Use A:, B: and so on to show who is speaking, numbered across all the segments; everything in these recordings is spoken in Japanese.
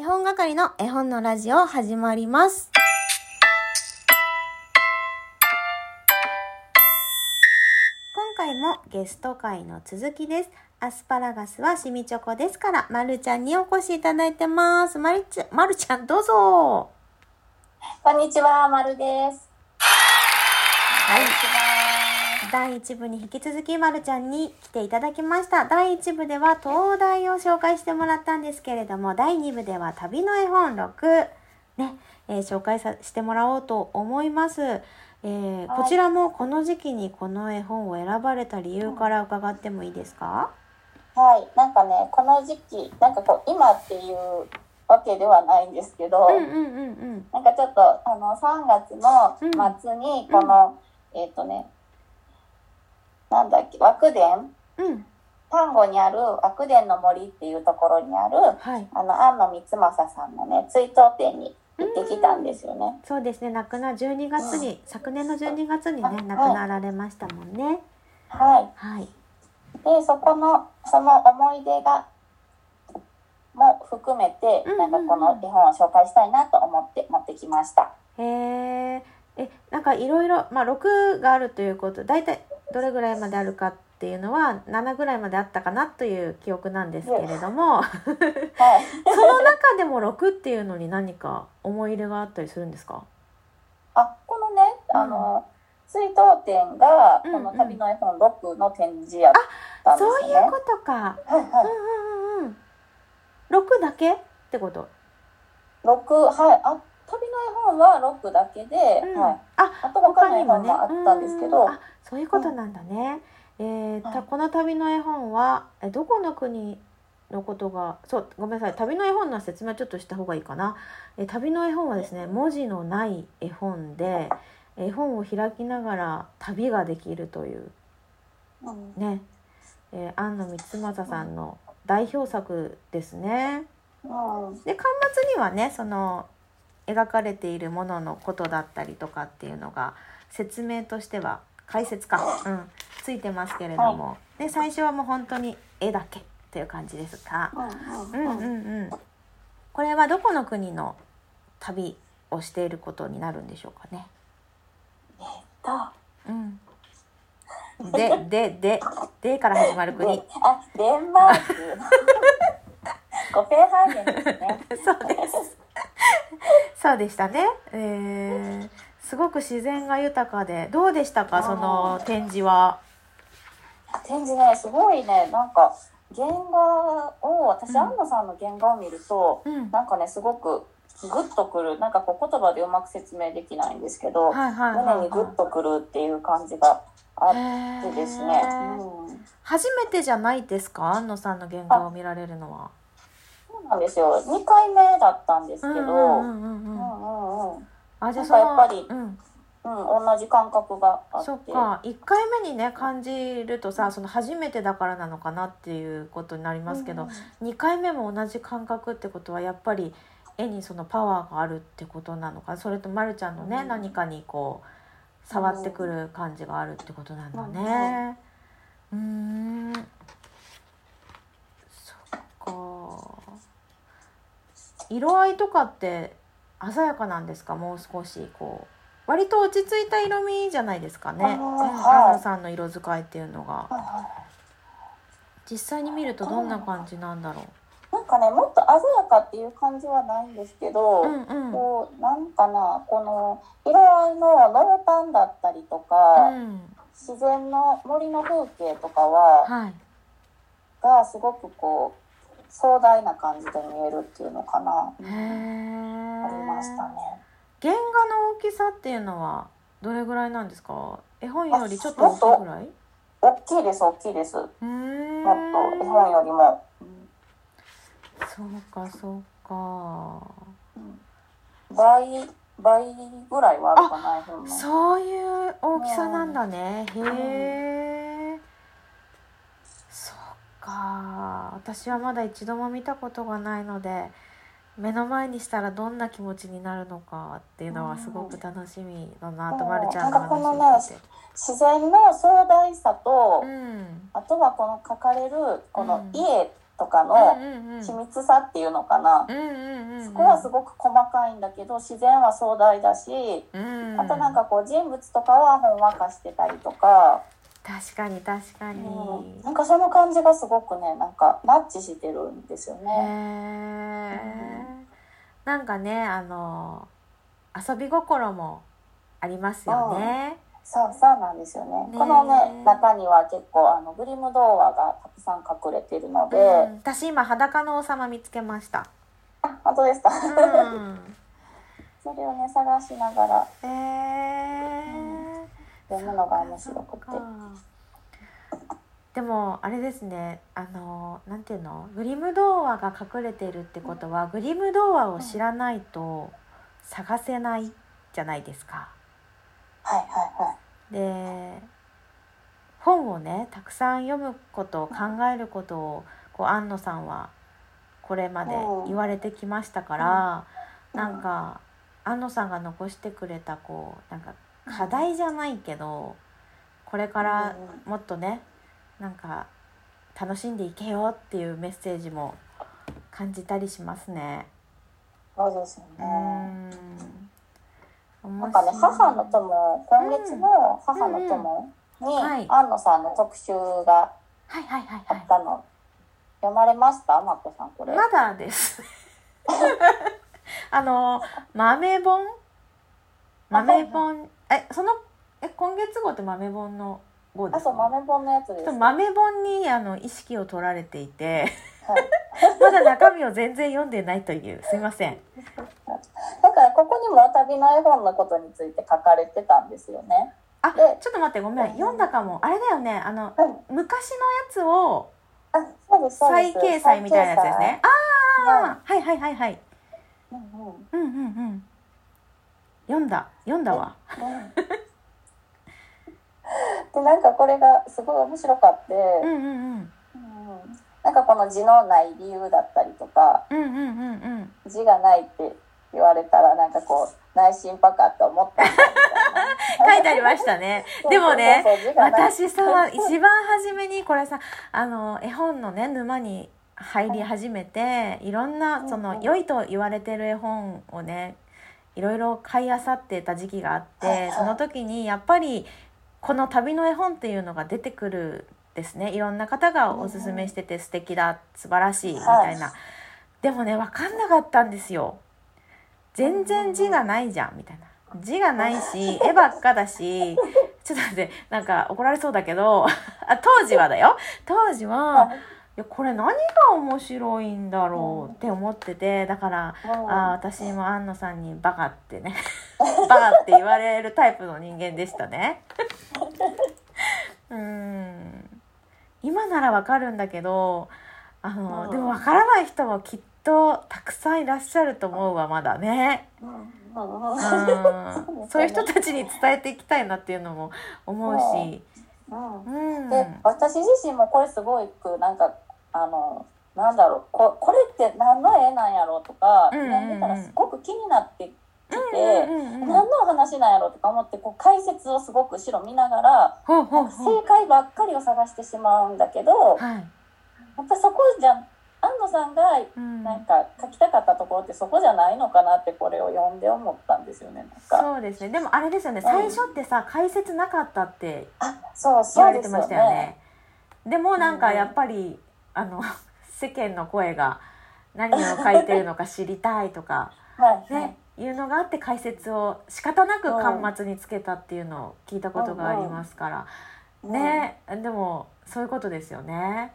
A: 本係の絵本のラジオ始まります。今回もゲスト会の続きです。アスパラガスはシミチョコですから、まるちゃんにお越しいただいてます。まるちゃんどうぞ。
B: こんにちは、まるです。
A: はい。第1部に引き続きまるちゃんに来ていただきました。第1部では東大を紹介してもらったんですけれども、第2部では旅の絵本6ね、紹介してもらおうと思います。こちらもこの時期にこの絵本を選ばれた理由から伺ってもいいですか？
B: はい、なんかね、この時期、なんかこう今っていうわけではないんですけど、なんかちょっと3月の末にこの、なんだっけ、和久伝、丹後にある和久伝の森っていうところにある、庵野光政さんのね追悼展に行ってきたんですよね。
A: そうですね、昨年の12月にね、亡くなられましたもんね。
B: はい。で、その思い出がも含めて、なんかこの絵本を紹介したいなと思って持ってきました。
A: なんかいろいろ、6があるということ、だいたいどれぐらいまであるかっていうのは7ぐらいまであったかなという記憶なんですけれども、その中でも6っていうのに何か思い入れがあったりするんですか？
B: このね、追悼展がこの旅の絵本6の展示やったんですね。
A: そういうことか。6だけってこと？
B: 6、旅の絵本は6だけで、あと他の絵本もあったんですけど、
A: そういうことなんだね。この旅の絵本はどこの国のことが、ごめんなさい、旅の絵本の説明ちょっとした方がいいかな。旅の絵本はですね、文字のない絵本で、絵本を開きながら旅ができるというね、庵野光政さんの代表作ですね。で、巻末にはね、その描かれているもののことだったりとかっていうのが説明としては解説ついてますけれども、で最初はもう本当に絵だけっていう感じですが、これはどこの国の旅をしていることになるんでしょうかね。でから始まる国。
B: デンマーク。コペンハーゲンですね。
A: そうです。そうでしたね。すごく自然が豊かで、どうでしたか、その展示は？
B: 展示ね、すごいね、なんか原画を、私、庵野さんの原画を見ると、なんかね、すごくグッとくる、なんかこう言葉でうまく説明できないんですけど、胸にグッとくるっていう感じがあってですね。
A: 初めてじゃないですか、庵野さんの原画を見られるのは？
B: そうなんですよ。2回目だったんですけど、
A: じゃあ
B: なんかやっぱり、同じ感覚があって。
A: そっか、1回目にね感じるとさ、その初めてだからなのかなっていうことになりますけど、2回目も同じ感覚ってことはやっぱり絵にそのパワーがあるってことなのか、それとまるちゃんのね、何かにこう触ってくる感じがあるってことなんだね。そっか。色合いとかって鮮やかなんですか？もう少しこう割と落ち着いた色味じゃないですかね。庵野さんの色使いっていうのが、実際に見るとどんな感じなんだろう。
B: なんかね、もっと鮮やかっていう感じはないんですけど、こうなんかな、この色合いの濃淡だったりとか、自然の森の風景とかは、がすごくこう壮大な感じで見えるっていうのかな。ありましたね。
A: 原画の大きさっていうのはどれぐらいなんですか？絵本よりちょっと大きいぐらい？
B: 大きいです。もっと絵本よりも。
A: そうか。
B: 倍ぐらいはあるかな、絵本の。
A: そういう大きさなんだね。そっか。私はまだ一度も見たことがないので、目の前にしたらどんな気持ちになるのかっていうのはすごく楽しみだなと、まるちゃんの話を聞いて。
B: 自然の壮大さと、あとはこの描かれるこの家とかの緻密さっていうのかな、そこはすごく細かいんだけど自然は壮大だし、あとなんかこう人物とかはほんわかしてたりとか、
A: 確かに確かに、
B: なんかその感じがすごくねなんかマッチしてるんですよ
A: ね。なんかね遊び心もありますよね。
B: そうなんですよ ね。このね中には結構グリム童話がたくさん隠れてるので、
A: 私今裸の王様見つけました。
B: あ、本当ですか。それをね探しながら、読むのが面白くて。
A: でもあれですね、なんていうの、グリム童話が隠れているってことは、グリム童話を知らないと探せないじゃないですか。で本をねたくさん読むことを考えることを安野さんはこれまで言われてきましたから、なんか安野さんが残してくれたなんか課題じゃないけど、これからもっとねなんか楽しんでいけよっていうメッセージも感じたりしますね。
B: そうですよね。なんかね母の友、今月の母の友に安野さんの特集があったの、読まれました？まこさんこれ。
A: まだです豆本今月号って豆本の号ですか？
B: そう、豆本のやつです。
A: 豆本に意識を取られていて、まだ中身を全然読んでないという、すいません。
B: だからここにも旅の絵本のことについて書かれてたんですよね。
A: ちょっと待って、ごめん、読んだかも。あれだよね、昔のやつを再掲載みたいなやつですね。はい読んだわ。
B: でなんかこれがすごい面白かって、なんかこの字のない理由だったりとか、字がないって言われたらなんか内心パカッと思ったみたい
A: な書いてありましたね。でもね、私さ一番初めにこれさ絵本のね沼に入り始めて、いろんな良いと言われてる絵本をねいろいろ買い漁ってた時期があって、その時にやっぱりこの旅の絵本っていうのが出てくるですね。いろんな方がおすすめしてて素敵だ、素晴らしいみたいな、でもね分かんなかったんですよ。全然字がないじゃんみたいな、字がないし絵ばっかだし、ちょっと待って、なんか怒られそうだけど当時はこれ何が面白いんだろうって思ってて、だから私も安野さんにバカってねバカって言われるタイプの人間でしたね今ならわかるんだけどでもわからない人もきっとたくさんいらっしゃると思うわ、まだね。そういう人たちに伝えていきたいなっていうのも思うし、
B: で私自身もこれすごいなんかなんだろう、これって何の絵なんやろうとか、見たらすごく気になってきて、何の話なんやろうとか思って解説をすごく後ろ見ながら正解ばっかりを探してしまうんだけど、やっぱそこじゃ安野さんがなんか書きたかったところってそこじゃないのかなってこれを読んで思ったんですよね。なんか
A: そうですね。でもあれですよね、最初ってさ解説なかったって言われてましたよね。でもなんかやっぱり世間の声が何を書いてるのか知りたいとかいうのがあって解説を仕方なく巻末につけたっていうのを聞いたことがありますからね。でもそういうことですよね。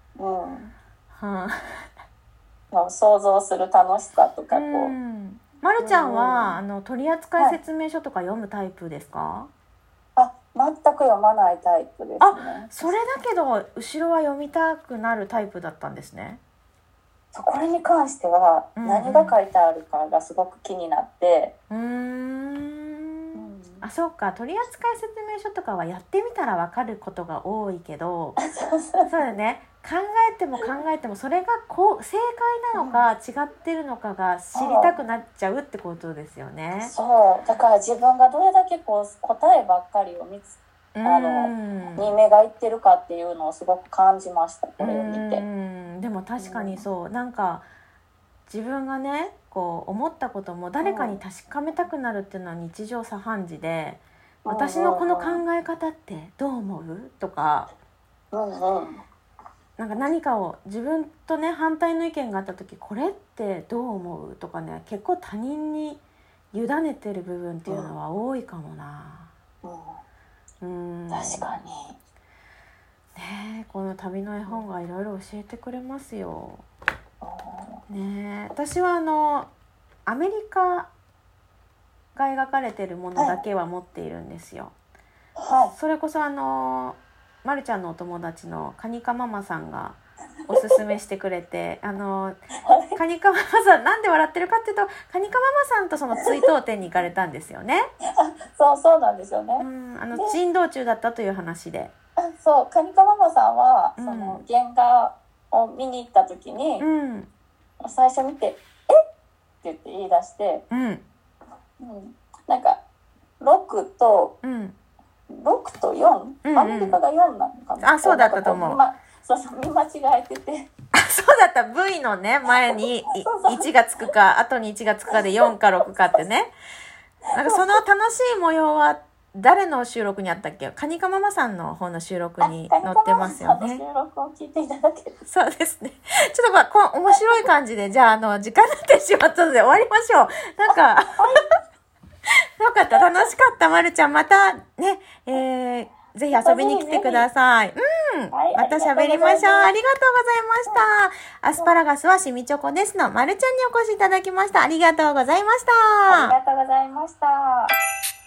B: 想像する楽しさとか
A: まるちゃんは取扱説明書とか読むタイプですか？
B: 全く読まないタイプですね。
A: それだけど後ろは読みたくなるタイプだったんですね。
B: これに関しては何が書いてあるかがすごく気になって、
A: そうか、取扱説明書とかはやってみたら分かることが多いけどそうだね、考えてもそれが正解なのか違ってるのかが知りたくなっちゃうってことですよね。
B: そうだから自分がどれだけ答えばっかりをに目がいってるかっていうのをすごく感じました、これを見て。
A: でも確かにそう、なんか自分がねこう思ったことも誰かに確かめたくなるっていうのは日常茶飯事で、私のこの考え方ってどう思うとか、なんか何かを自分とね反対の意見があった時、これってどう思うとかね、結構他人に委ねてる部分っていうのは多いかもな。
B: 確かに
A: ね、この旅の絵本がいろいろ教えてくれますよ。ね、私はアメリカが描かれてるものだけは持っているんですよ。それこそまるちゃんのお友達のカニカママさんがおすすめしてくれてカニカママさんなんで笑ってるかっていうと、カニカママさんとその追悼展に行かれたんですよね。
B: そうなんですよね。
A: 珍道中だったという話で。
B: そう、カニカママさんは、その原画を見に行った時に、最初見て「えっ?」って言い出して、なんか6と4、アメリカが4なのかな。
A: そうだったと思う。
B: 見間違えてて。
A: そうだった。V のね前に1がつくか後に1がつくかで4か6かってね。なんかその楽しい模様は誰の収録にあったっけ？カニカママさんの方の収録に載ってますよね。
B: 収録を聞いていただける。
A: そうですね。ちょっと面白い感じで、じゃあ時間になってしまったので終わりましょう。なんかよかった、楽しかった。まるちゃんまたね、ぜひ遊びに来てください。また喋りましょう。ありがとうございました。アスパラガスはしみチョコですのまるちゃんにお越しいただきました。ありがとうございました。
B: ありがとうございました。